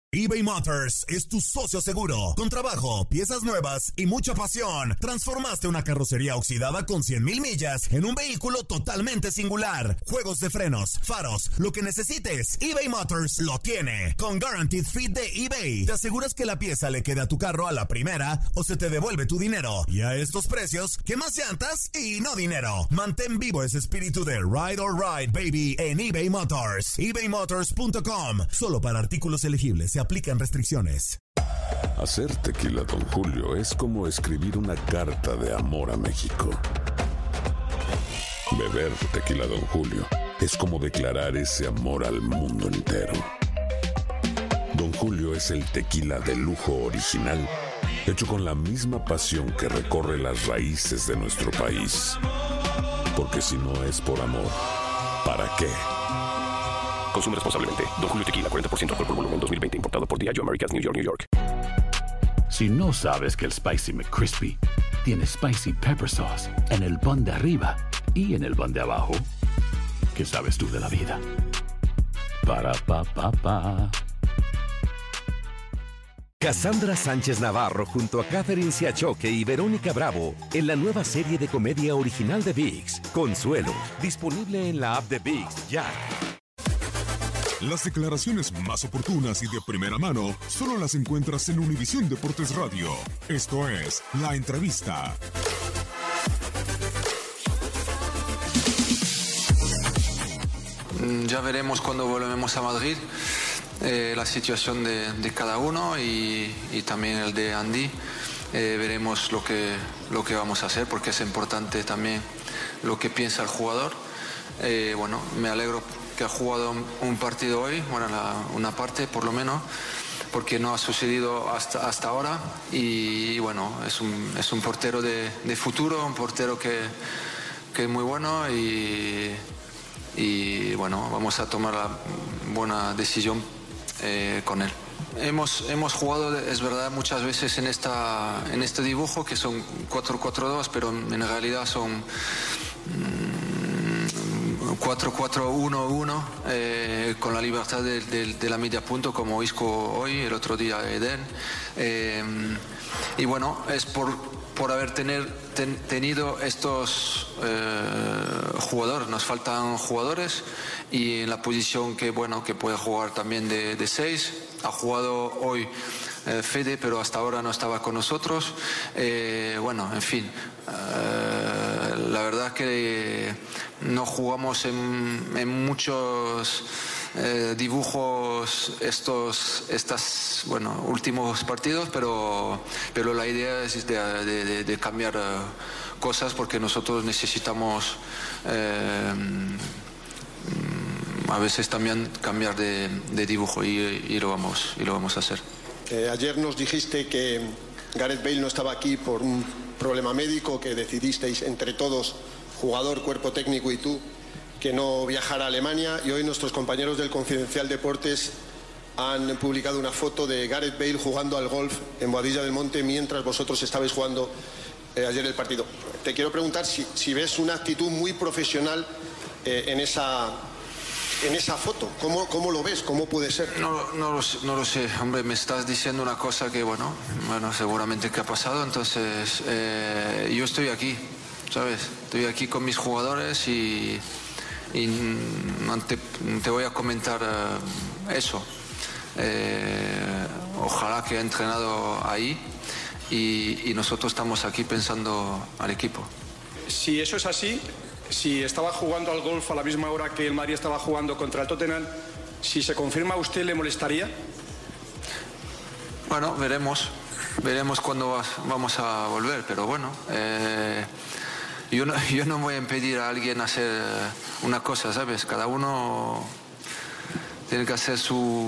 eBay Motors es tu socio seguro. Con trabajo, piezas nuevas y mucha pasión, transformaste una carrocería oxidada con 100,000 millas en un vehículo totalmente singular. Juegos de frenos, faros, lo que necesites, eBay Motors lo tiene. Con Guaranteed Fit de eBay, te aseguras que la pieza le quede a tu carro a la primera o se te devuelve tu dinero. Y a estos precios, ¿qué más llantas y no dinero? Mantén vivo ese espíritu de Ride or Ride, baby, en eBay Motors. ebaymotors.com. Solo para artículos elegibles. Se aplican restricciones. Hacer tequila Don Julio es como escribir una carta de amor a México. Beber tequila Don Julio es como declarar ese amor al mundo entero. Don Julio es el tequila de lujo original, hecho con la misma pasión que recorre las raíces de nuestro país. Porque si no es por amor, ¿para qué? Consume responsablemente. Don Julio Tequila, 40% alcohol por volumen, 2020. Importado por Diageo Americas, New York, New York. Si no sabes que el Spicy McCrispy tiene Spicy Pepper Sauce en el pan de arriba y en el pan de abajo, ¿qué sabes tú de la vida? Para, pa, pa, pa. Cassandra Sánchez Navarro junto a Catherine Siachoque y Verónica Bravo en la nueva serie de comedia original de ViX, Consuelo, disponible en la app de ViX ya. Las declaraciones más oportunas y de primera mano solo las encuentras en Univisión Deportes Radio. Esto es La Entrevista. Ya veremos cuando volvemos a Madrid la situación de cada uno y también el de Andy. Veremos lo que vamos a hacer, porque es importante también lo que piensa el jugador. Bueno, me alegro que ha jugado un partido hoy, bueno, una parte por lo menos, porque no ha sucedido hasta ahora, y bueno, es un portero de futuro, un portero que es muy bueno, y bueno, vamos a tomar la buena decisión con él. Hemos jugado, es verdad, muchas veces en este dibujo, que son 4-4-2, pero en realidad son 4-4-1-1, con la libertad de la media punta, como Isco hoy, el otro día Eden. Y bueno, es por haber tenido estos jugadores. Nos faltan jugadores, y en la posición que puede jugar también de 6. Ha jugado hoy Fede, pero hasta ahora no estaba con nosotros. Bueno, en fin, la verdad que no jugamos en muchos dibujos estos últimos partidos, pero la idea es de cambiar cosas, porque nosotros necesitamos a veces también cambiar de dibujo, y lo vamos a hacer. Ayer nos dijiste que Gareth Bale no estaba aquí por un problema médico, que decidisteis entre todos, jugador, cuerpo técnico y tú, que no viajara a Alemania, y hoy nuestros compañeros del Confidencial Deportes han publicado una foto de Gareth Bale jugando al golf en Boadilla del Monte mientras vosotros estabais jugando ayer el partido. Te quiero preguntar si ves una actitud muy profesional en esa foto. ¿Cómo lo ves? ¿Cómo puede ser? No lo sé, hombre, me estás diciendo una cosa que, bueno, seguramente que ha pasado, entonces yo estoy aquí, ¿sabes? Estoy aquí con mis jugadores y no te voy a comentar eso. Ojalá que he entrenado ahí, y nosotros estamos aquí pensando al equipo. Si eso es así, si estaba jugando al golf a la misma hora que el Madrid estaba jugando contra el Tottenham, si se confirma, ¿a usted le molestaría? Bueno, veremos cuándo vamos a volver, pero bueno, yo no voy a impedir a alguien hacer una cosa, ¿sabes? Cada uno tiene que hacer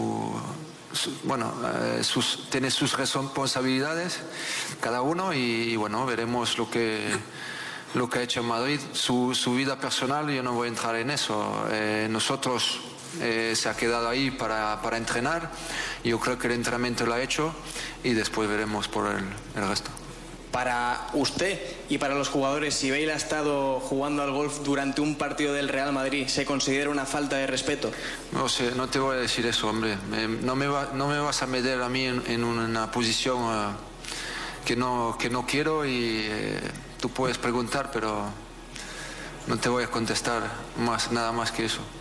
tiene sus responsabilidades, cada uno, y bueno, veremos lo que ha hecho en Madrid, su vida personal. Yo no voy a entrar en eso. Nosotros se ha quedado ahí para entrenar. Yo creo que el entrenamiento lo ha hecho, y después veremos por el resto. Para usted y para los jugadores, si Bale ha estado jugando al golf durante un partido del Real Madrid, ¿se considera una falta de respeto? No sé, no te voy a decir eso, hombre. No me vas a meter a mí en una posición que no quiero y tú puedes preguntar, pero no te voy a contestar nada más que eso.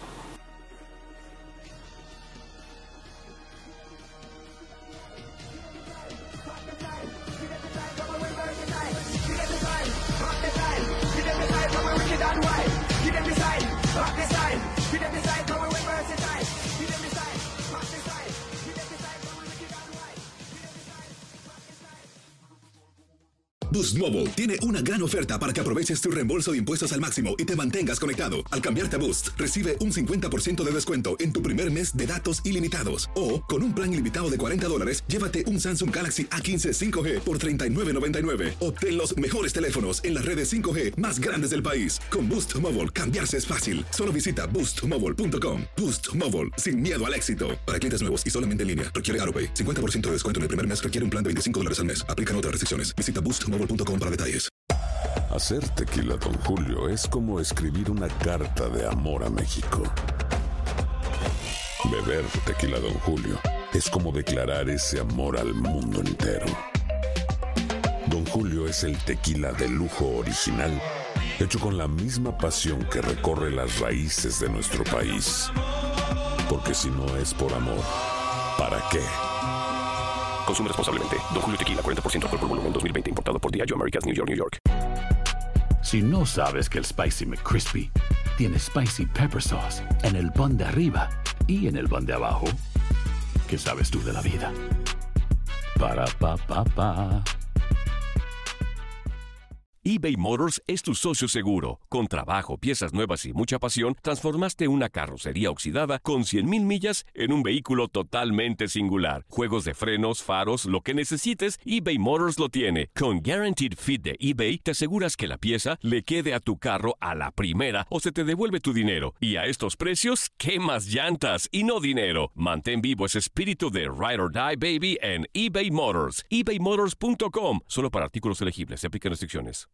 Boost Mobile tiene una gran oferta para que aproveches tu reembolso de impuestos al máximo y te mantengas conectado. Al cambiarte a Boost, recibe un 50% de descuento en tu primer mes de datos ilimitados. O, con un plan ilimitado de $40, llévate un Samsung Galaxy A15 5G por $39.99. Obtén los mejores teléfonos en las redes 5G más grandes del país. Con Boost Mobile, cambiarse es fácil. Solo visita boostmobile.com. Boost Mobile, sin miedo al éxito. Para clientes nuevos y solamente en línea, requiere AutoPay. 50% de descuento en el primer mes requiere un plan de $25 al mes. Aplican otras restricciones. Visita boostmobile.com para detalles. Hacer tequila Don Julio es como escribir una carta de amor a México. Beber tequila Don Julio es como declarar ese amor al mundo entero. Don Julio es el tequila de lujo original, hecho con la misma pasión que recorre las raíces de nuestro país. Porque si no es por amor, ¿para qué? Consume responsablemente. Don Julio Tequila, 40% alcohol por volumen, 2020. Importado por Diageo Americas, New York, New York. Si no sabes que el Spicy McCrispy tiene Spicy Pepper Sauce en el pan de arriba y en el pan de abajo, ¿qué sabes tú de la vida? Para, pa, pa, pa. eBay Motors es tu socio seguro. Con trabajo, piezas nuevas y mucha pasión, transformaste una carrocería oxidada con 100,000 millas en un vehículo totalmente singular. Juegos de frenos, faros, lo que necesites, eBay Motors lo tiene. Con Guaranteed Fit de eBay, te aseguras que la pieza le quede a tu carro a la primera o se te devuelve tu dinero. Y a estos precios, ¿quemas llantas y no dinero? Mantén vivo ese espíritu de Ride or Die, baby, en eBay Motors. ebaymotors.com. Solo para artículos elegibles. Se aplican restricciones.